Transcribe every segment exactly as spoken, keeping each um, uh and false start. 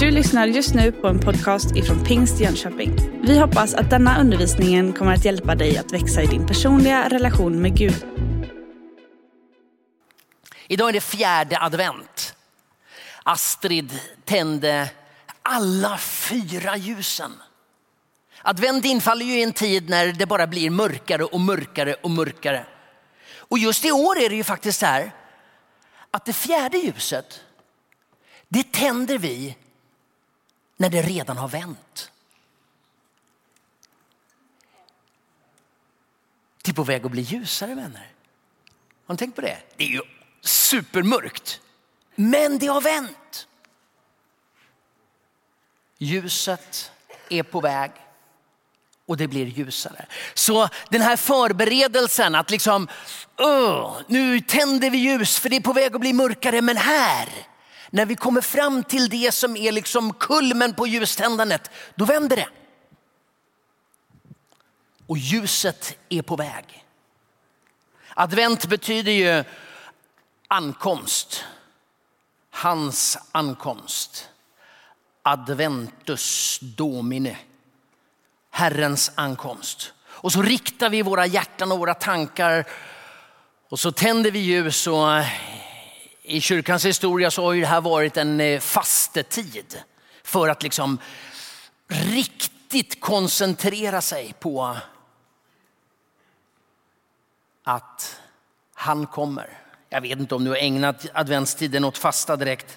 Du lyssnar just nu på en podcast ifrån Pingst Jönköping. Vi hoppas att denna undervisning kommer att hjälpa dig att växa i din personliga relation med Gud. Idag är det fjärde advent. Astrid tände alla fyra ljusen. Advent infaller ju i en tid när det bara blir mörkare och mörkare och mörkare. Och just i år är det ju faktiskt så här att det fjärde ljuset, det tänder vi när det redan har vänt. Det är på väg att bli ljusare, vänner. Har ni tänkt på det? Det är ju supermörkt. Men det har vänt. Ljuset är på väg och det blir ljusare. Så den här förberedelsen att liksom, uh, nu tänder vi ljus för det är på väg att bli mörkare. Men här, när vi kommer fram till det som är liksom kulmen på ljuständandet, då vänder det. Och ljuset är på väg. Advent betyder ju ankomst. Hans ankomst. Adventus Domine. Herrens ankomst. Och så riktar vi våra hjärtan och våra tankar. Och så tänder vi ljus. Och i kyrkans historia så har ju det här varit en fastetid. För att liksom riktigt koncentrera sig på att han kommer. Jag vet inte om du har ägnat adventstiden åt fasta direkt.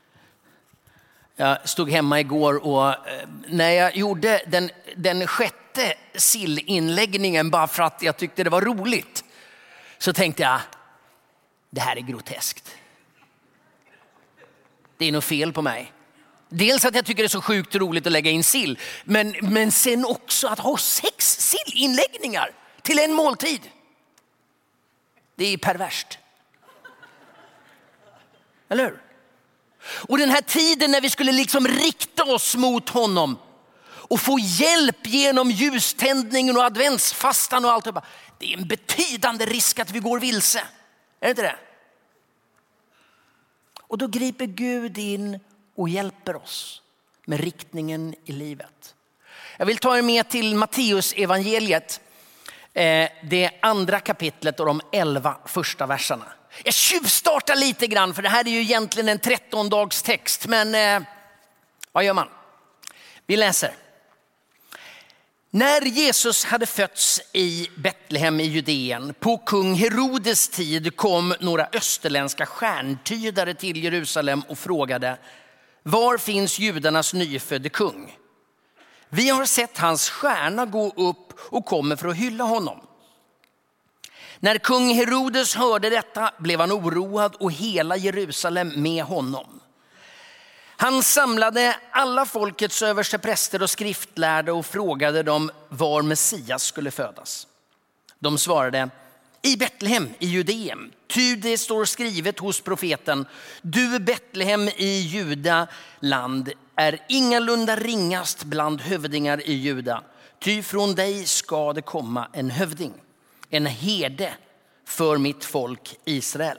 Jag stod hemma igår och när jag gjorde den, den sjätte sillinläggningen bara för att jag tyckte det var roligt, så tänkte jag, det här är groteskt. Det är något fel på mig. Dels att jag tycker det är så sjukt roligt att lägga in sill, men, men sen också att ha sex sillinläggningar till en måltid. Det är perverst. Eller hur? Och den här tiden när vi skulle liksom rikta oss mot honom och få hjälp genom ljuständningen och adventsfastan och allt. Det är en betydande risk att vi går vilse. Är det inte det? Och då griper Gud in och hjälper oss med riktningen i livet. Jag vill ta er med till Matteus evangeliet. Det andra kapitlet och de elva första verserna. Jag tjuvstartar lite grann för det här är ju egentligen en tretton dags text. Men eh, vad gör man? Vi läser. När Jesus hade fötts i Betlehem i Judeen på kung Herodes tid kom några österländska stjärntydare till Jerusalem och frågade: var finns judarnas nyfödde kung? Vi har sett hans stjärna gå upp och kommer för att hylla honom. När kung Herodes hörde detta blev han oroad och hela Jerusalem med honom. Han samlade alla folkets överstepräster och skriftlärde och frågade dem var Messias skulle födas. De svarade: i Betlehem i Judeen. Ty det står skrivet hos profeten: du Betlehem i Juda land är ingalunda ringast bland hövdingar i Juda. Ty från dig ska det komma en hövding, en herde för mitt folk Israel.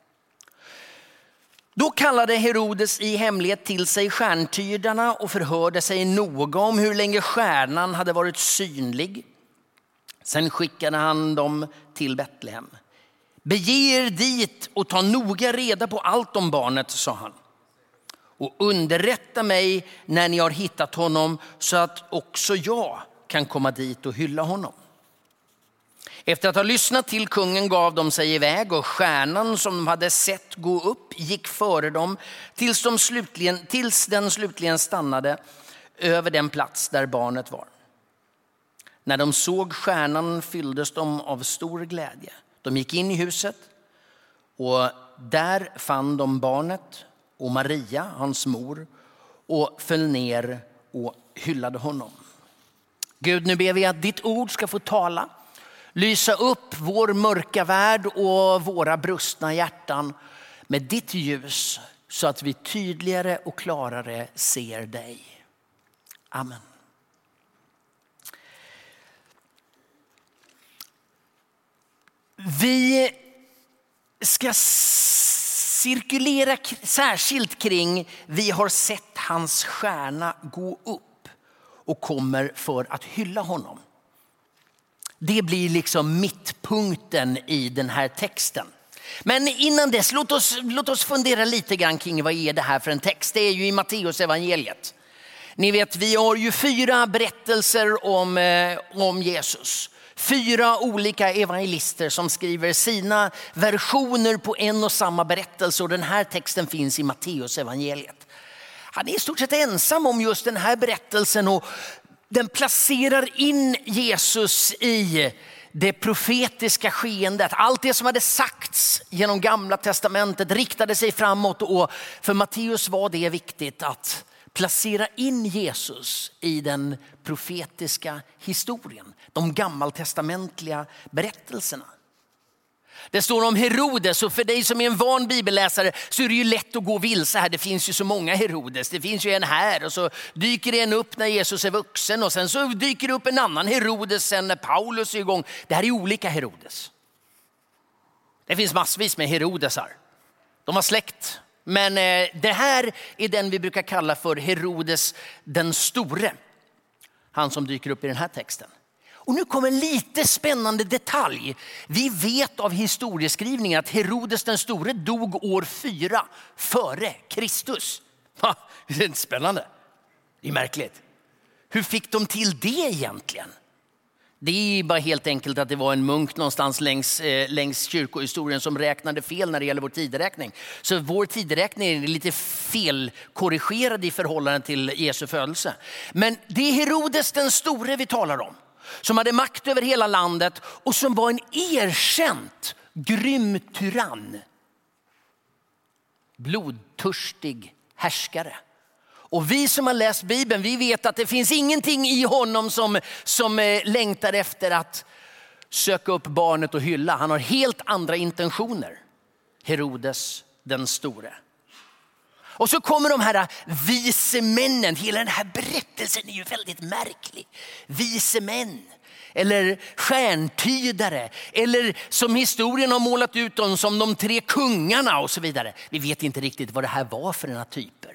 Då kallade Herodes i hemlighet till sig stjärntydarna och förhörde sig noga om hur länge stjärnan hade varit synlig. Sen skickade han dem till Betlehem. Bege er dit och ta noga reda på allt om barnet, sa han. Och underrätta mig när ni har hittat honom så att också jag kan komma dit och hylla honom. Efter att ha lyssnat till kungen gav de sig iväg och stjärnan som de hade sett gå upp gick före dem tills, de slutligen, tills den slutligen stannade över den plats där barnet var. När de såg stjärnan fylldes de av stor glädje. De gick in i huset och där fann de barnet och Maria, hans mor, och föll ner och hyllade honom. Gud, nu ber vi att ditt ord ska få tala. Lysa upp vår mörka värld och våra brustna hjärtan med ditt ljus så att vi tydligare och klarare ser dig. Amen. Vi ska cirkulera särskilt kring vi har sett hans stjärna gå upp och kommer för att hylla honom. Det blir liksom mittpunkten i den här texten. Men innan dess, låt oss, låt oss fundera lite grann kring vad är det här för en text. Det är ju i Matteus evangeliet. Ni vet, vi har ju fyra berättelser om, eh, om Jesus. Fyra olika evangelister som skriver sina versioner på en och samma berättelse. Och den här texten finns i Matteus evangeliet. Han är i stort sett ensam om just den här berättelsen. Och den placerar in Jesus i det profetiska skeendet. Allt det som hade sagts genom gamla testamentet riktade sig framåt. Och för Matteus var det viktigt att placera in Jesus i den profetiska historien. De gammaltestamentliga berättelserna. Det står om Herodes, och för dig som är en van bibelläsare så är det ju lätt att gå vilse här. Det finns ju så många Herodes. Det finns ju en här och så dyker en upp när Jesus är vuxen. Och sen så dyker det upp en annan Herodes sen när Paulus är igång. Det här är olika Herodes. Det finns massvis med Herodesar. De har släkt. Men det här är den vi brukar kalla för Herodes den store. Han som dyker upp i den här texten. Och nu kommer en lite spännande detalj. Vi vet av historieskrivningen att Herodes den store dog år fyra före Kristus. Ha, det är inte spännande. Det är märkligt. Hur fick de till det egentligen? Det är bara helt enkelt att det var en munk någonstans längs, eh, längs kyrkohistorien som räknade fel när det gäller vår tideräkning. Så vår tideräkning är lite felkorrigerad i förhållande till Jesu födelse. Men det är Herodes den store vi talar om. Som hade makt över hela landet och som var en erkänt grym tyrann. Blodtörstig härskare. Och vi som har läst Bibeln, vi vet att det finns ingenting i honom som, som längtar efter att söka upp barnet och hylla. Han har helt andra intentioner. Herodes den store. Och så kommer de här vise männen. Hela den här berättelsen är ju väldigt märklig. Vise män. Eller stjärntydare. Eller som historien har målat ut dem som de tre kungarna och så vidare. Vi vet inte riktigt vad det här var för några typer.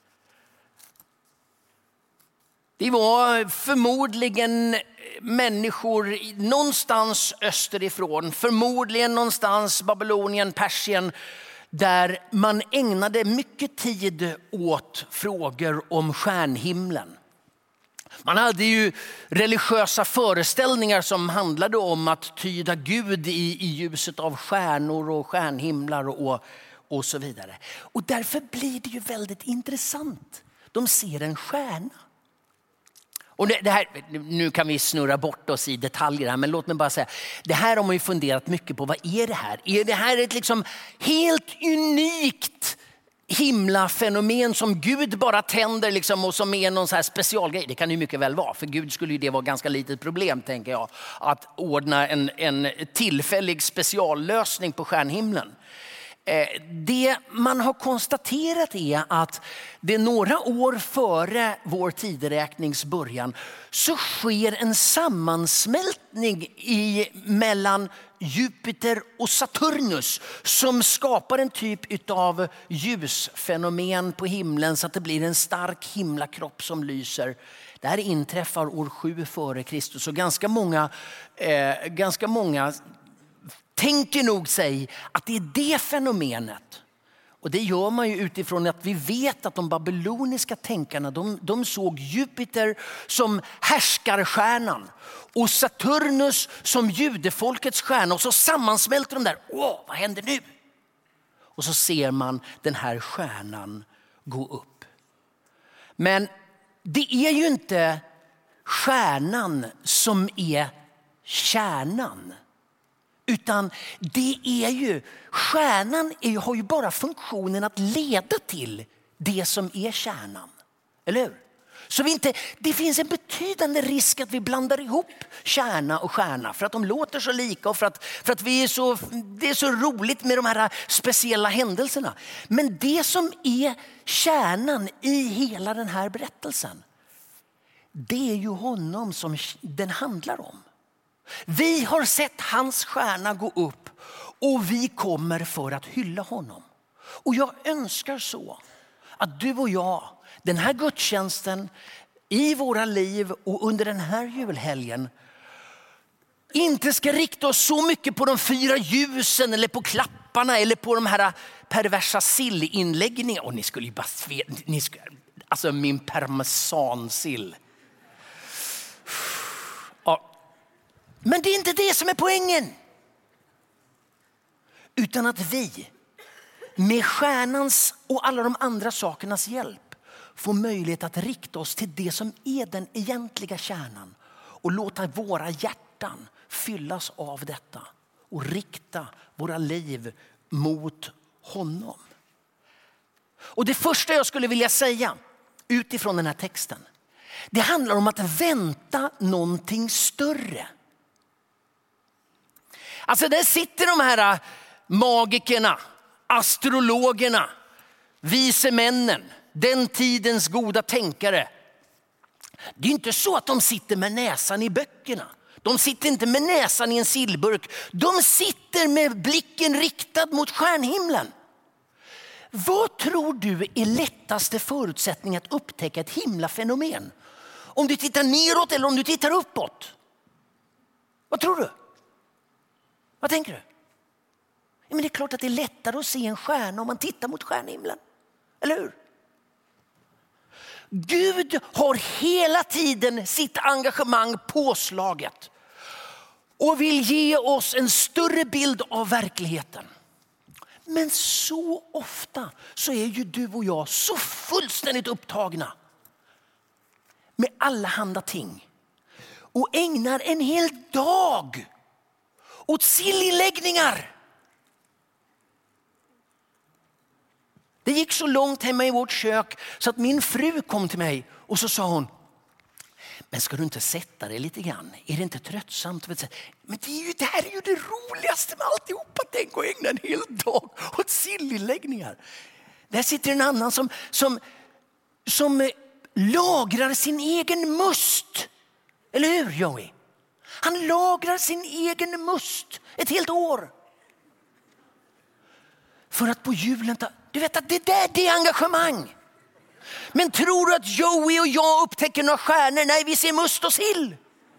Det var förmodligen människor någonstans österifrån. Förmodligen någonstans Babylonien, Persien. Där man ägnade mycket tid åt frågor om stjärnhimlen. Man hade ju religiösa föreställningar som handlade om att tyda Gud i, i ljuset av stjärnor och stjärnhimlar och, och så vidare. Och därför blir det ju väldigt intressant. De ser en stjärna. Och det, det här, nu kan vi snurra bort oss i detaljer här, men låt mig bara säga. Det här har man ju funderat mycket på. Vad är det här? Är det här ett liksom helt unikt himlafenomen som Gud bara tänder liksom och som är någon så här specialgrej? Det kan ju mycket väl vara. För Gud skulle ju det vara ganska litet problem, tänker jag. Att ordna en, en tillfällig speciallösning på stjärnhimlen. Det man har konstaterat är att det några år före vår tideräknings början så sker en sammansmältning i, mellan Jupiter och Saturnus som skapar en typ av ljusfenomen på himlen så att det blir en stark himlakropp som lyser. Det här inträffar år sju före Kristus och ganska många, eh, ganska många tänker nog sig att det är det fenomenet. Och det gör man ju utifrån att vi vet att de babyloniska tänkarna, de, de såg Jupiter som härskarstjärnan och Saturnus som judefolkets stjärna. Och så sammansmälter de där. Åh, vad händer nu? Och så ser man den här stjärnan gå upp. Men det är ju inte stjärnan som är kärnan. Utan det är ju, stjärnan är, har ju bara funktionen att leda till det som är kärnan. Eller hur? Så vi inte, det finns en betydande risk att vi blandar ihop kärna och stjärna. För att de låter så lika och för att, för att vi är så, det är så roligt med de här speciella händelserna. Men det som är kärnan i hela den här berättelsen, det är ju honom som den handlar om. Vi har sett hans stjärna gå upp och vi kommer för att hylla honom. Och jag önskar så att du och jag, den här gudstjänsten, i våra liv och under den här julhelgen, inte ska rikta oss så mycket på de fyra ljusen eller på klapparna eller på de här perversa sillinläggningarna. Och ni skulle ju bara ni skulle, alltså min parmesansill. Ja. Men det är inte det som är poängen. Utan att vi med stjärnans och alla de andra sakernas hjälp får möjlighet att rikta oss till det som är den egentliga kärnan. Och låta våra hjärtan fyllas av detta. Och rikta våra liv mot honom. Och det första jag skulle vilja säga utifrån den här texten. Det handlar om att vänta någonting större. Alltså där sitter de här magikerna, astrologerna, vise männen, den tidens goda tänkare. Det är inte så att de sitter med näsan i böckerna. De sitter inte med näsan i en sillburk. De sitter med blicken riktad mot stjärnhimlen. Vad tror du är lättaste förutsättning att upptäcka ett himlafenomen? Om du tittar neråt eller om du tittar uppåt? Vad tror du? Vad tänker du? Ja, men det är klart att det är lättare att se en stjärna om man tittar mot stjärnhimlen. Eller hur? Gud har hela tiden sitt engagemang påslaget. Och vill ge oss en större bild av verkligheten. Men så ofta så är ju du och jag så fullständigt upptagna med alla handa ting. Och ägnar en hel dag åt sillinläggningar. Det gick så långt hemma i vårt kök så att min fru kom till mig och så sa hon: men ska du inte sätta dig lite grann? Är det inte tröttsamt? Men det, är ju, det här är ju det roligaste med alltihopa. Tänk och ägna en hel dag åt sillinläggningar. Där sitter en annan som, som, som lagrar sin egen must. Eller hur, Joey? Han lagrar sin egen must ett helt år. För att på julen ta... Du vet att det där det är engagemang. Men tror du att Joey och jag upptäcker några stjärnor? Nej, vi ser must och sill.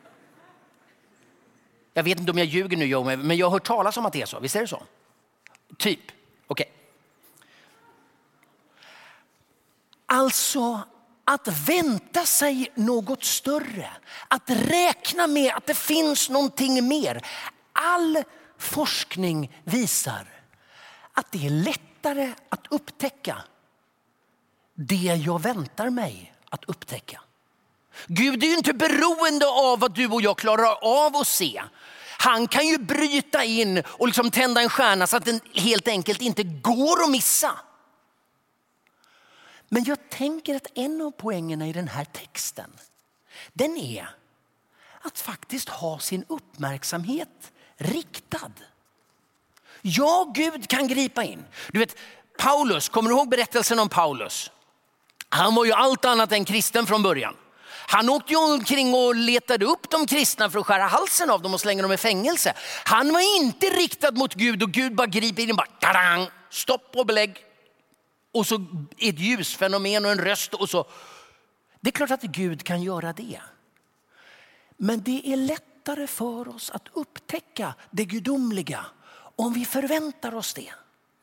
Jag vet inte om jag ljuger nu, Joey, men jag har hört talas om att det är så. Visst är det så? Typ. Okej. Okay. Alltså att vänta sig något större. Att räkna med att det finns någonting mer. All forskning visar att det är lättare att upptäcka det jag väntar mig att upptäcka. Gud är ju inte beroende av vad du och jag klarar av att se. Han kan ju bryta in och liksom tända en stjärna så att den helt enkelt inte går att missa. Men jag tänker att en av poängerna i den här texten, den är att faktiskt ha sin uppmärksamhet riktad. Ja, Gud kan gripa in. Du vet, Paulus, kommer du ihåg berättelsen om Paulus? Han var ju allt annat än kristen från början. Han åkte ju omkring och letade upp de kristna för att skära halsen av dem och slänga dem i fängelse. Han var inte riktad mot Gud och Gud bara griper in och bara tarang, stopp och belägg. Och så ett ljusfenomen och en röst och så. Det är klart att Gud kan göra det. Men det är lättare för oss att upptäcka det gudomliga om vi förväntar oss det.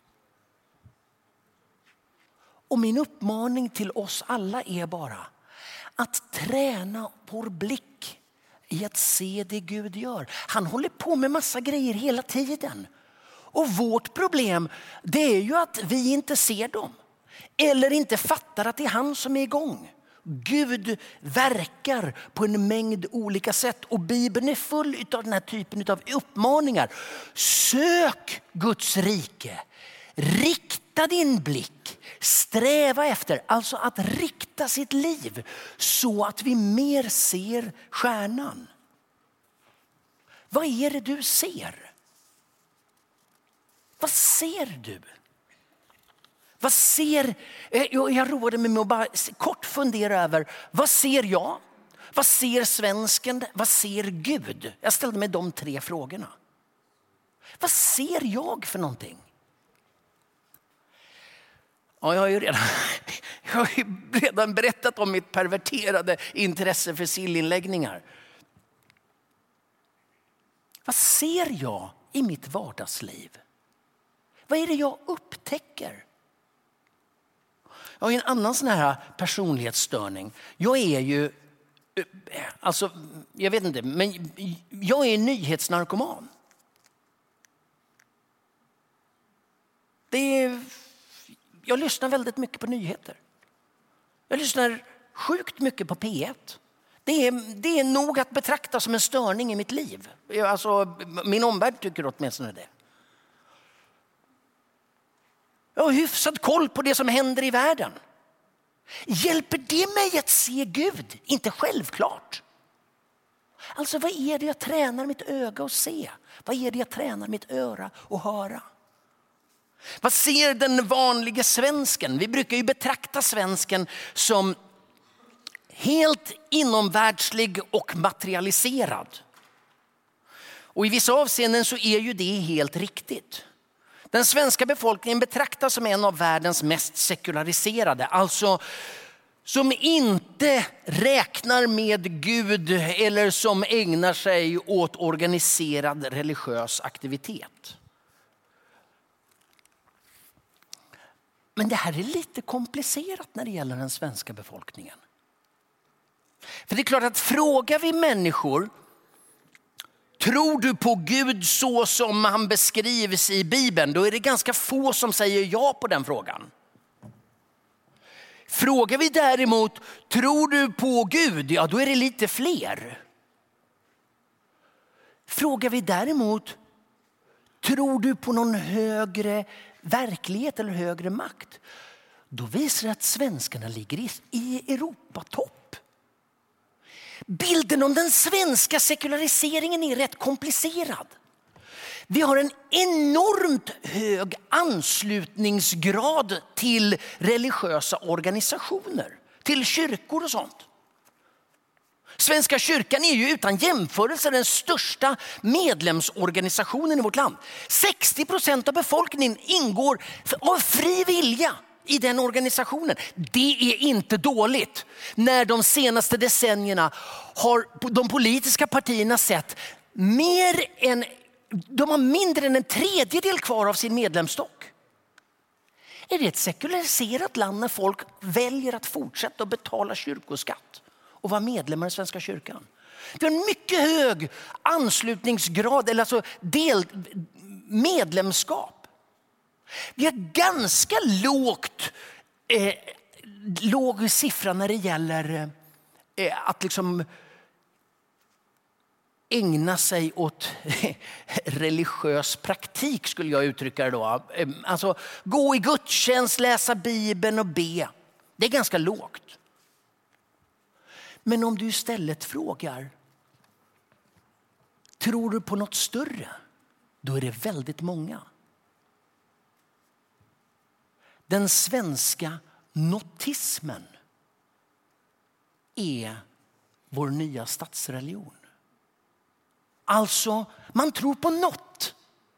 Och min uppmaning till oss alla är bara att träna vår blick i att se det Gud gör. Han håller på med massa grejer hela tiden. Och vårt problem, det är ju att vi inte ser dem. Eller inte fattar att det är han som är igång. Gud verkar på en mängd olika sätt. Och Bibeln är full av den här typen av uppmaningar. Sök Guds rike. Rikta din blick. Sträva efter, alltså att rikta sitt liv så att vi mer ser stjärnan. Vad är det du ser? Vad ser du? Vad ser, jag roade mig med att bara kort fundera över, vad ser jag? Vad ser svensken? Vad ser Gud? Jag ställde mig de tre frågorna. Vad ser jag för någonting? Ja, jag har ju redan, jag har ju redan berättat om mitt perverterade intresse för sillinläggningar. Vad ser jag i mitt vardagsliv? Vad är det jag upptäcker? Jag har en annan sån här personlighetsstörning. Jag är ju, alltså jag vet inte, men jag är nyhetsnarkoman. Det är, jag lyssnar väldigt mycket på nyheter. Jag lyssnar sjukt mycket på P ett. Det är, det är nog att betrakta som en störning i mitt liv. Alltså, min omvärld tycker åtminstone det. Jag har hyfsad koll på det som händer i världen. Hjälper det mig att se Gud? Inte självklart. Alltså vad är det jag tränar mitt öga att se? Vad är det jag tränar mitt öra att höra? Vad ser den vanliga svensken? Vi brukar ju betrakta svensken som helt inomvärldslig och materialiserad. Och i vissa avseenden så är ju det helt riktigt. Den svenska befolkningen betraktas som en av världens mest sekulariserade. Alltså som inte räknar med Gud eller som ägnar sig åt organiserad religiös aktivitet. Men det här är lite komplicerat när det gäller den svenska befolkningen. För det är klart att frågar vi människor, tror du på Gud så som han beskrivs i Bibeln? Då är det ganska få som säger ja på den frågan. Frågar vi däremot, tror du på Gud? Ja, då är det lite fler. Frågar vi däremot, tror du på någon högre verklighet eller högre makt? Då visar det att svenskarna ligger i Europatopp. Bilden om den svenska sekulariseringen är rätt komplicerad. Vi har en enormt hög anslutningsgrad till religiösa organisationer, till kyrkor och sånt. Svenska kyrkan är ju utan jämförelse den största medlemsorganisationen i vårt land. sextio procent av befolkningen ingår av fri vilja i den organisationen. Det är inte dåligt när de senaste decennierna har de politiska partierna sett mer än, de har mindre än en tredjedel kvar av sin medlemsstock. Är det ett sekulariserat land när folk väljer att fortsätta att betala kyrkoskatt och vara medlemmar i Svenska kyrkan? Det är en mycket hög anslutningsgrad, eller alltså del, medlemskap. Vi har ganska lågt, eh, låg siffra när det gäller eh, att liksom ägna sig åt religiös praktik, skulle jag uttrycka det då. Alltså gå i gudstjänst, läsa Bibeln och be. Det är ganska lågt. Men om du istället frågar, tror du på något större? Då är det väldigt många. Den svenska notismen är vår nya statsreligion. Alltså, man tror på något.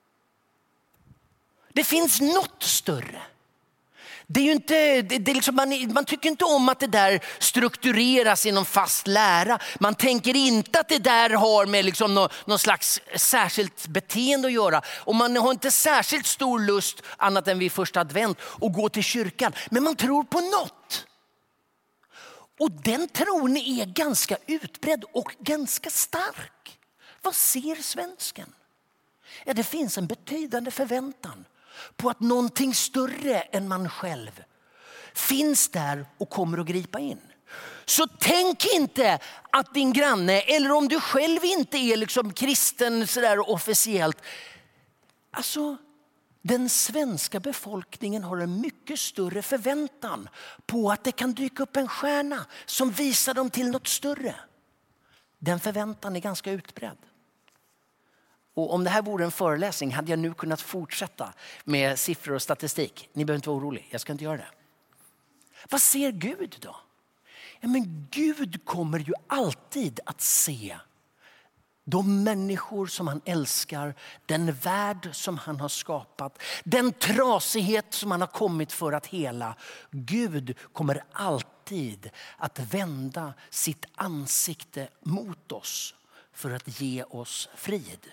Det finns något större. Det är ju inte, det, det är liksom, man, man tycker inte om att det där struktureras i någon fast lära. Man tänker inte att det där har med liksom någon, någon slags särskilt beteende att göra. Och man har inte särskilt stor lust annat än vid första advent att gå till kyrkan. Men man tror på något. Och den tron är ganska utbredd och ganska stark. Vad ser svensken? Ja, det finns en betydande förväntan på att någonting större än man själv finns där och kommer att gripa in. Så tänk inte att din granne, eller om du själv inte är liksom kristen sådär officiellt. Alltså, den svenska befolkningen har en mycket större förväntan på att det kan dyka upp en stjärna som visar dem till något större. Den förväntan är ganska utbredd. Och om det här vore en föreläsning hade jag nu kunnat fortsätta med siffror och statistik. Ni behöver inte vara oroliga, jag ska inte göra det. Vad ser Gud då? Ja, men Gud kommer ju alltid att se de människor som han älskar, den värld som han har skapat, den trasighet som han har kommit för att hela. Gud kommer alltid att vända sitt ansikte mot oss för att ge oss frid.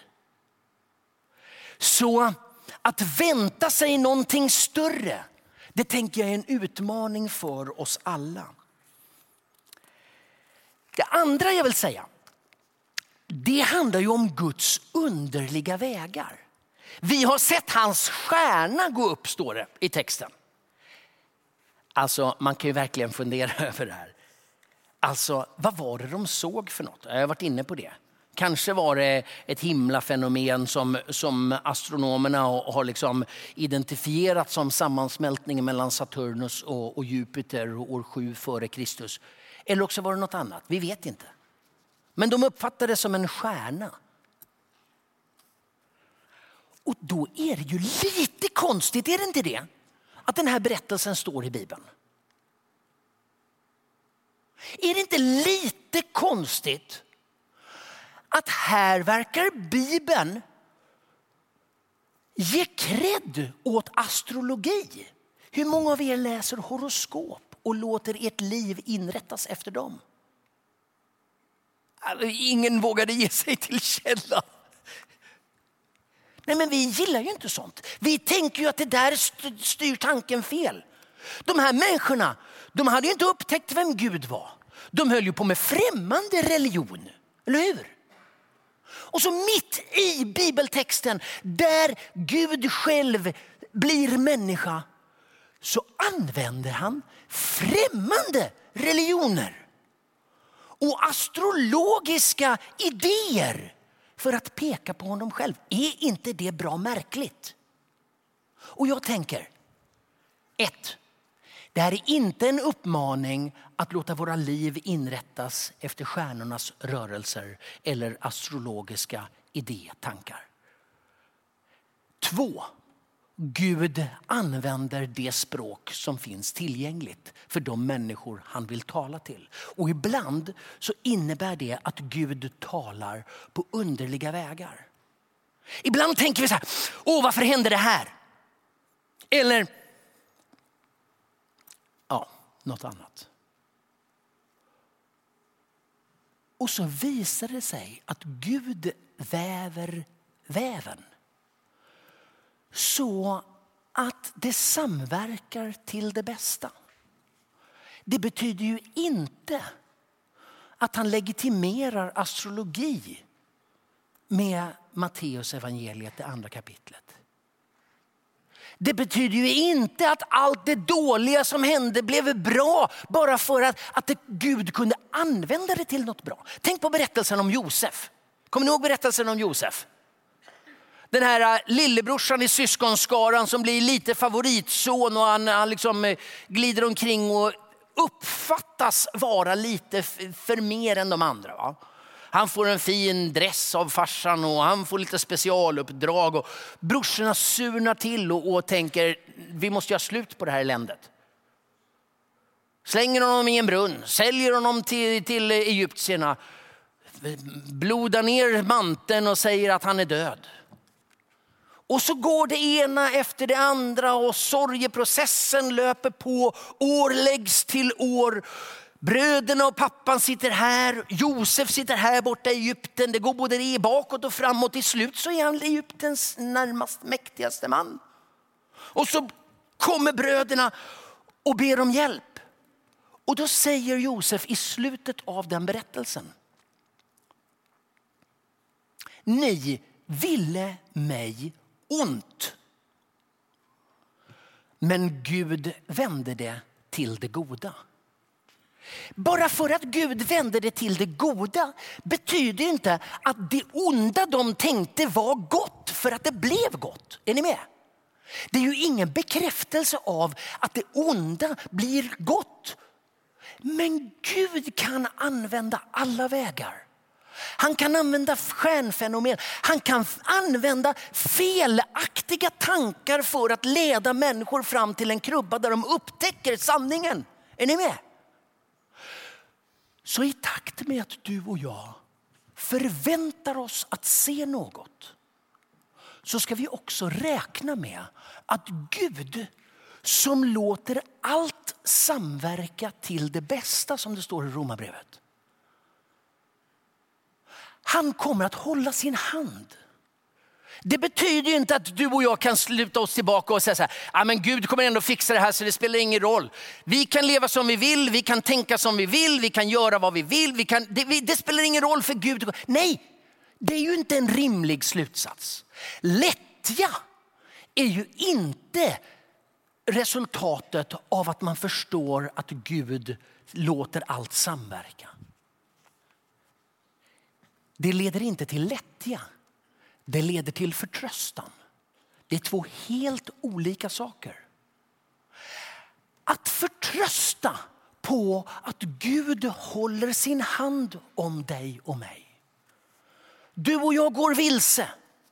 Så att vänta sig någonting större, det tänker jag är en utmaning för oss alla. Det andra jag vill säga, det handlar ju om Guds underliga vägar. Vi har sett hans stjärna gå upp, står det i texten. Alltså man kan ju verkligen fundera över det här. Alltså vad var det de såg för något? Jag har varit inne på det. Kanske var det ett himlafenomen som, som astronomerna har liksom identifierat som sammansmältningen mellan Saturnus och, och Jupiter år sju före Kristus. Eller också var det något annat, vi vet inte. Men de uppfattade det som en stjärna. Och då är det ju lite konstigt, är det inte det? Att den här berättelsen står i Bibeln. Är det inte lite konstigt att här verkar Bibeln ge cred åt astrologi? Hur många av er läser horoskop och låter ert liv inrättas efter dem? Ingen vågade ge sig till källan. Nej, men vi gillar ju inte sånt. Vi tänker ju att det där styr tanken fel. De här människorna, de hade ju inte upptäckt vem Gud var. De höll ju på med främmande religion, eller hur? Och så mitt i bibeltexten där Gud själv blir människa, så använder han främmande religioner och astrologiska idéer för att peka på honom själv. Är inte det bra märkligt? Och jag tänker, ett, det här är inte en uppmaning att låta våra liv inrättas efter stjärnornas rörelser eller astrologiska idétankar. Två, Gud använder det språk som finns tillgängligt för de människor han vill tala till. Och ibland så innebär det att Gud talar på underliga vägar. Ibland tänker vi så här, åh varför händer det här? Eller, ja, något annat. Och så visar det sig att Gud väver väven så att det samverkar till det bästa. Det betyder ju inte att han legitimerar astrologi med Matteus evangeliet, det andra kapitlet. Det betyder ju inte att allt det dåliga som hände blev bra bara för att, att det, Gud kunde använda det till något bra. Tänk på berättelsen om Josef. Kommer ni ihåg berättelsen om Josef? Den här lillebrorsan i syskonskaran som blir lite favoritson och han, han liksom glider omkring och uppfattas vara lite för mer än de andra, va? Han får en fin dress av farsan och han får lite specialuppdrag och brorsorna surnar till och, och tänker vi måste göra slut på det här eländet. Slänger honom i en brunn, säljer honom till, till egyptierna, blodar ner manteln och säger att han är död. Och så går det ena efter det andra och sorgeprocessen löper på, år läggs till år. Bröderna och pappan sitter här, Josef sitter här borta i Egypten. Det går både i bakåt och framåt. Till slut så är han Egyptens närmast mäktigaste man. Och så kommer bröderna och ber om hjälp. Och då säger Josef i slutet av den berättelsen: ni ville mig ont, men Gud vände det till det goda. Bara för att Gud vände det till det goda betyder inte att det onda de tänkte var gott för att det blev gott. Är ni med? Det är ju ingen bekräftelse av att det onda blir gott. Men Gud kan använda alla vägar. Han kan använda stjärnfenomen. Han kan använda felaktiga tankar för att leda människor fram till en krubba där de upptäcker sanningen. Är ni med? Så i takt med att du och jag förväntar oss att se något, så ska vi också räkna med att Gud, som låter allt samverka till det bästa, som det står i Romarbrevet, han kommer att hålla sin hand. Det betyder ju inte att du och jag kan sluta oss tillbaka och säga så här: ja, men Gud kommer ändå fixa det här, så det spelar ingen roll. Vi kan leva som vi vill, vi kan tänka som vi vill, vi kan göra vad vi vill. Vi kan, det, vi, det spelar ingen roll för Gud. Nej, det är ju inte en rimlig slutsats. Lättja är ju inte resultatet av att man förstår att Gud låter allt samverka. Det leder inte till lättja. Det leder till förtröstan. Det är två helt olika saker. Att förtrösta på att Gud håller sin hand om dig och mig. Du och jag går vilse.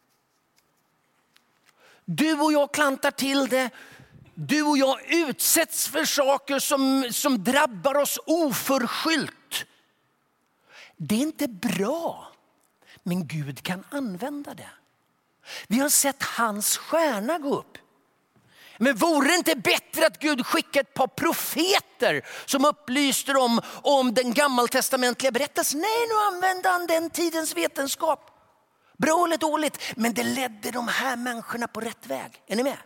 Du och jag klantar till det. Du och jag utsätts för saker som, som drabbar oss oförskyllt. Det är inte bra. Men Gud kan använda det. Vi har sett hans stjärna gå upp. Men vore det inte bättre att Gud skickade ett par profeter som upplyste dem om den gammaltestamentliga berättelsen? Nej, nu använde han den tidens vetenskap. Bra eller dåligt, men det ledde de här människorna på rätt väg. Är ni med?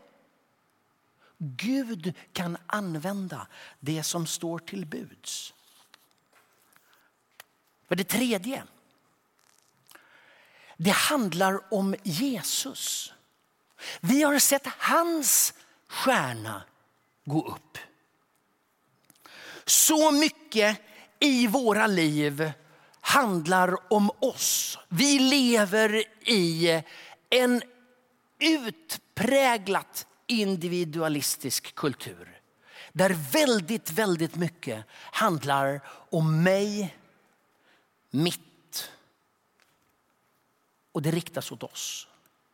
Gud kan använda det som står till buds. För det tredje, det handlar om Jesus. Vi har sett hans stjärna gå upp. Så mycket i våra liv handlar om oss. Vi lever i en utpräglat individualistisk kultur. Där väldigt, väldigt mycket handlar om mig, mitt. Och det riktas åt oss.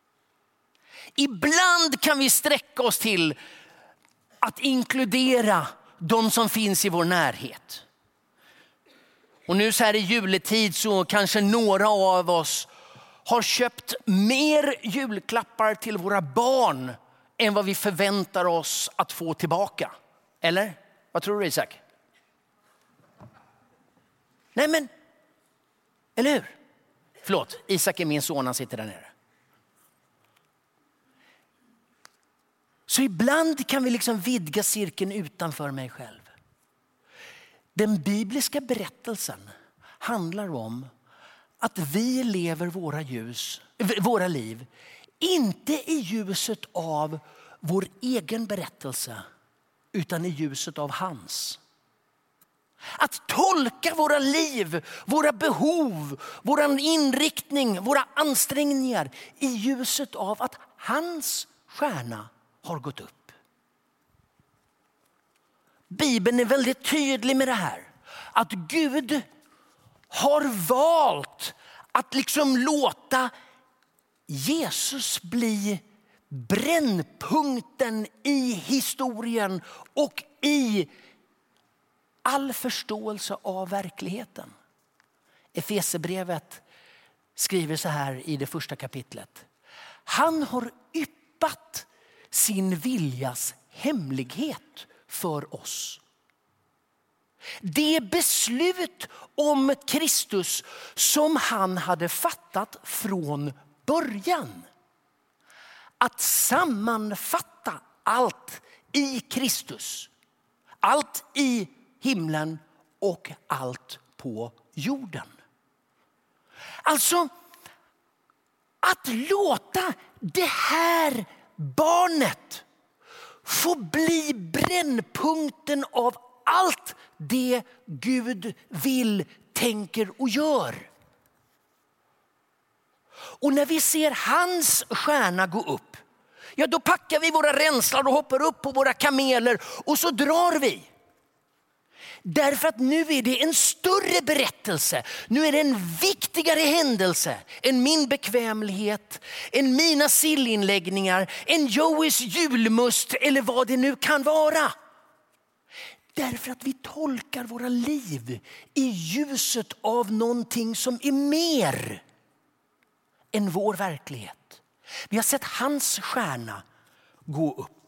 Ibland kan vi sträcka oss till att inkludera de som finns i vår närhet. Och nu så här i juletid så kanske några av oss har köpt mer julklappar till våra barn än vad vi förväntar oss att få tillbaka. Eller? Vad tror du, Isak? Nej men, eller hur? Förlåt, Isak är min son, han sitter där nere. Så ibland kan vi liksom vidga cirkeln utanför mig själv. Den bibliska berättelsen handlar om att vi lever våra, ljus, våra liv inte i ljuset av vår egen berättelse utan i ljuset av hans. Att tolka våra liv, våra behov, vår inriktning, våra ansträngningar i ljuset av att hans stjärna har gått upp. Bibeln är väldigt tydlig med det här. Att Gud har valt att liksom låta Jesus bli brännpunkten i historien och i all förståelse av verkligheten. Efesierbrevet skriver så här i det första kapitlet. Han har yppat sin viljas hemlighet för oss. Det beslut om Kristus som han hade fattat från början. Att sammanfatta allt i Kristus. Allt i himlen och allt på jorden. Alltså att låta det här barnet få bli brännpunkten av allt det Gud vill, tänker och gör. Och när vi ser hans stjärna gå upp, ja då packar vi våra ränslar och hoppar upp på våra kameler och så drar vi. Därför att nu är det en större berättelse. Nu är det en viktigare händelse än min bekvämlighet, än mina sillinläggningar, än Joeys julmust eller vad det nu kan vara. Därför att vi tolkar våra liv i ljuset av någonting som är mer än vår verklighet. Vi har sett hans stjärna gå upp.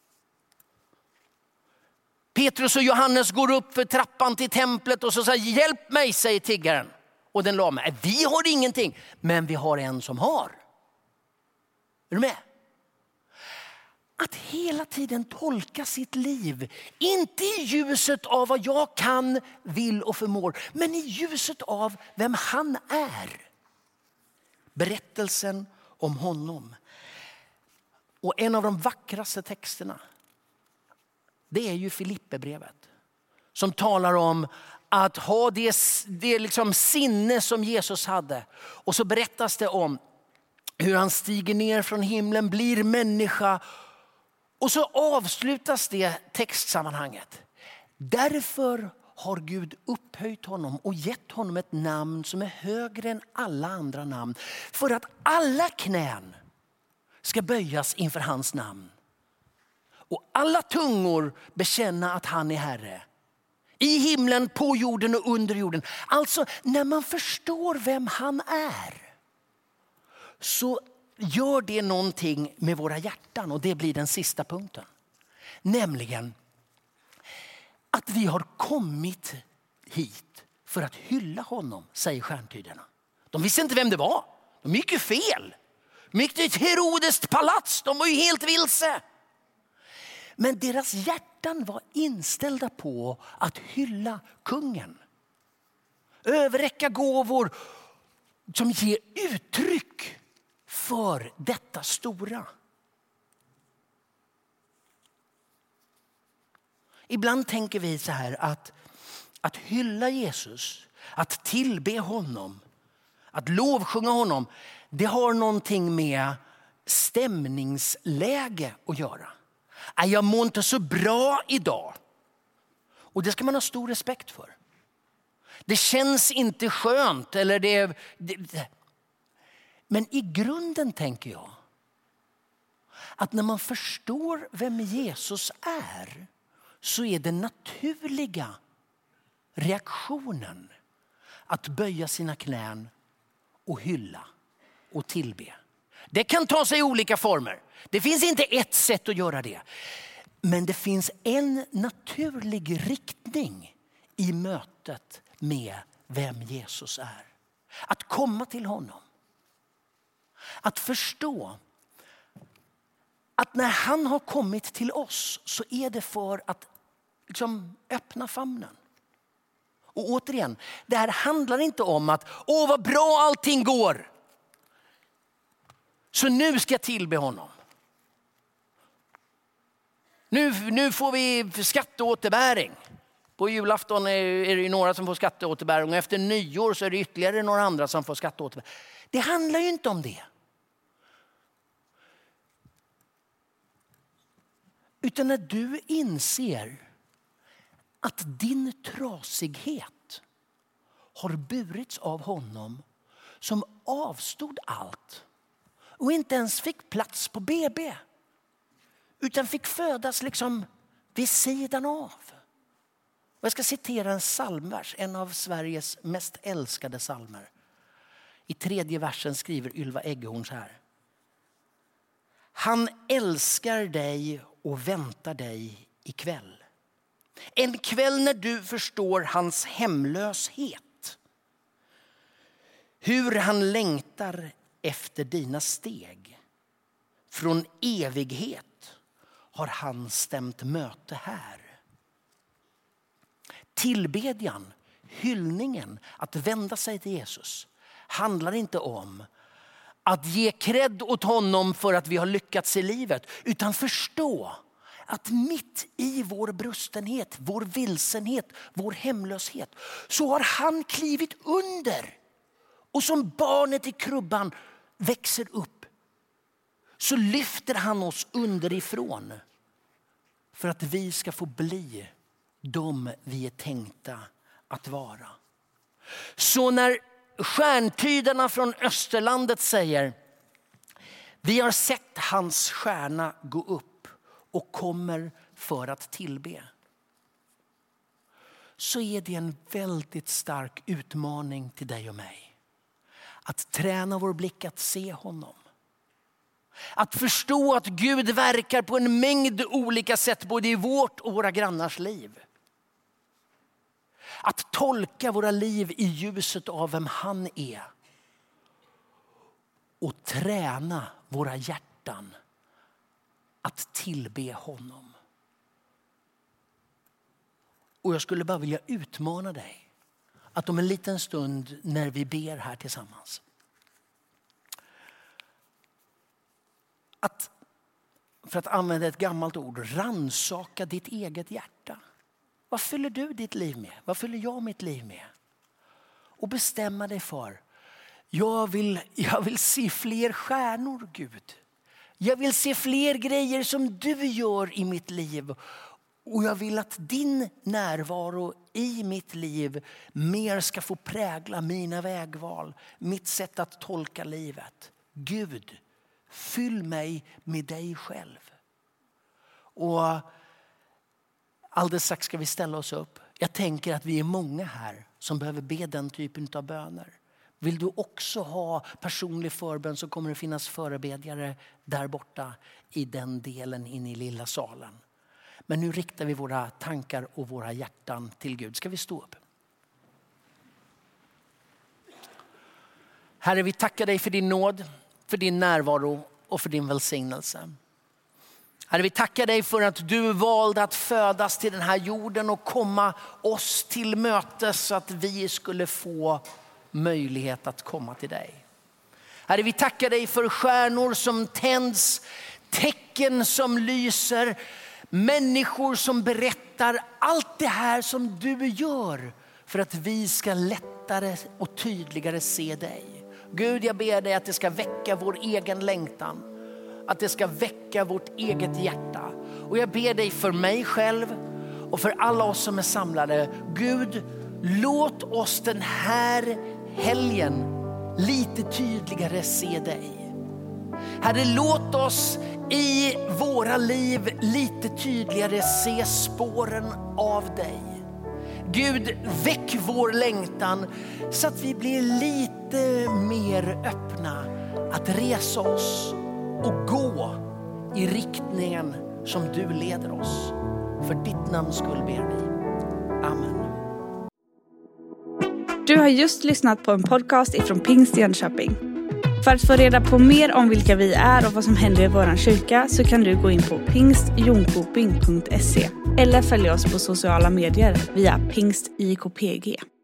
Petrus och Johannes går upp för trappan till templet och så säger hjälp mig, säger tiggaren. Och den la med. Vi har ingenting, men vi har en som har. Är du med? Att hela tiden tolka sitt liv, inte i ljuset av vad jag kan, vill och förmår, men i ljuset av vem han är. Berättelsen om honom. Och en av de vackraste texterna, det är ju Filipperbrevet. Som talar om att ha det, det liksom sinne som Jesus hade. Och så berättas det om hur han stiger ner från himlen, blir människa. Och så avslutas det textsammanhanget. Därför har Gud upphöjt honom och gett honom ett namn som är högre än alla andra namn. För att alla knän ska böjas inför hans namn. Och alla tungor bekänna att han är Herre. I himlen, på jorden och under jorden. Alltså när man förstår vem han är, så gör det någonting med våra hjärtan. Och det blir den sista punkten. Nämligen att vi har kommit hit för att hylla honom, säger stjärntydarna. De visste inte vem det var. De gick ju fel. De gick till ett Herodeskt palats. De var ju helt vilse. Men deras hjärtan var inställda på att hylla kungen. Överräcka gåvor som ger uttryck för detta stora. Ibland tänker vi så här att, att hylla Jesus, att tillbe honom, att lovsjunga honom, det har någonting med stämningsläge att göra. Jag mår inte så bra idag. Och det ska man ha stor respekt för. Det känns inte skönt. Eller det, det. Men i grunden tänker jag att när man förstår vem Jesus är, så är den naturliga reaktionen att böja sina knän och hylla och tillbe. Det kan ta sig olika former. Det finns inte ett sätt att göra det. Men det finns en naturlig riktning i mötet med vem Jesus är. Att komma till honom. Att förstå att när han har kommit till oss, så är det för att liksom öppna famnen. Och återigen, det här handlar inte om att åh vad bra allting går, så nu ska jag tillbe honom. Nu, nu får vi skatteåterbäring. På julafton är, är det ju några som får skatteåterbäring. Och efter nyår så är det ytterligare några andra som får skatteåterbäring. Det handlar ju inte om det. Utan när du inser att din trasighet har burits av honom som avstod allt. Och inte ens fick plats på B B. Utan fick födas liksom vid sidan av. Och jag ska citera en psalmvers. En av Sveriges mest älskade psalmer. I tredje versen skriver Ylva Eggehorn så här. Han älskar dig och väntar dig ikväll. En kväll när du förstår hans hemlöshet. Hur han längtar efter dina steg. Från evighet har han stämt möte här. Tillbedjan, hyllningen, att vända sig till Jesus handlar inte om att ge cred åt honom för att vi har lyckats i livet, utan förstå att mitt i vår brustenhet, vår vilsenhet, vår hemlöshet, så har han klivit under. Och som barnet i krubban växer upp, så lyfter han oss underifrån för att vi ska få bli de vi är tänkta att vara. Så när stjärntydarna från Österlandet säger vi har sett hans stjärna gå upp och kommer för att tillbe. så är det en väldigt stark utmaning till dig och mig. Att träna vår blick att se honom. Att förstå att Gud verkar på en mängd olika sätt både i vårt och våra grannars liv. Att tolka våra liv i ljuset av vem han är. Och träna våra hjärtan att tillbe honom. Och jag skulle bara vilja utmana dig att om en liten stund när vi ber här tillsammans. Att, för att använda ett gammalt ord, ransaka ditt eget hjärta. Vad fyller du ditt liv med? Vad fyller jag mitt liv med? Och bestämma dig för, jag vill, jag vill se fler stjärnor, Gud. Jag vill se fler grejer som du gör i mitt liv. Och jag vill att din närvaro i mitt liv mer ska få prägla mina vägval. Mitt sätt att tolka livet. Gud, fyll mig med dig själv. Och alldeles strax ska vi ställa oss upp. Jag tänker att vi är många här som behöver be den typen av böner. Vill du också ha personlig förbön så kommer det finnas förebedjare där borta i den delen in i lilla salen. Men nu riktar vi våra tankar och våra hjärtan till Gud. Ska vi stå upp? Herre, vi tackar dig för din nåd, för din närvaro och för din välsignelse. Herre, vi tackar dig för att du valde att födas till den här jorden och komma oss till mötes så att vi skulle få möjlighet att komma till dig. Herre, vi tackar dig för stjärnor som tänds, tecken som lyser, människor som berättar allt det här som du gör för att vi ska lättare och tydligare se dig. Gud, jag ber dig att det ska väcka vår egen längtan. Att det ska väcka vårt eget hjärta. Och jag ber dig för mig själv och för alla oss som är samlade. Gud, låt oss den här helgen lite tydligare se dig. Herre, låt oss i våra liv lite tydligare se spåren av dig. Gud, väck vår längtan så att vi blir lite mer öppna att resa oss och gå i riktningen som du leder oss. För ditt namns skull ber vi. Amen. Du har just lyssnat på en podcast ifrån Pingst Jönköping. För att få reda på mer om vilka vi är och vad som händer i våran kyrka så kan du gå in på pingst jonkoping punkt se eller följa oss på sociala medier via pingst I K P G.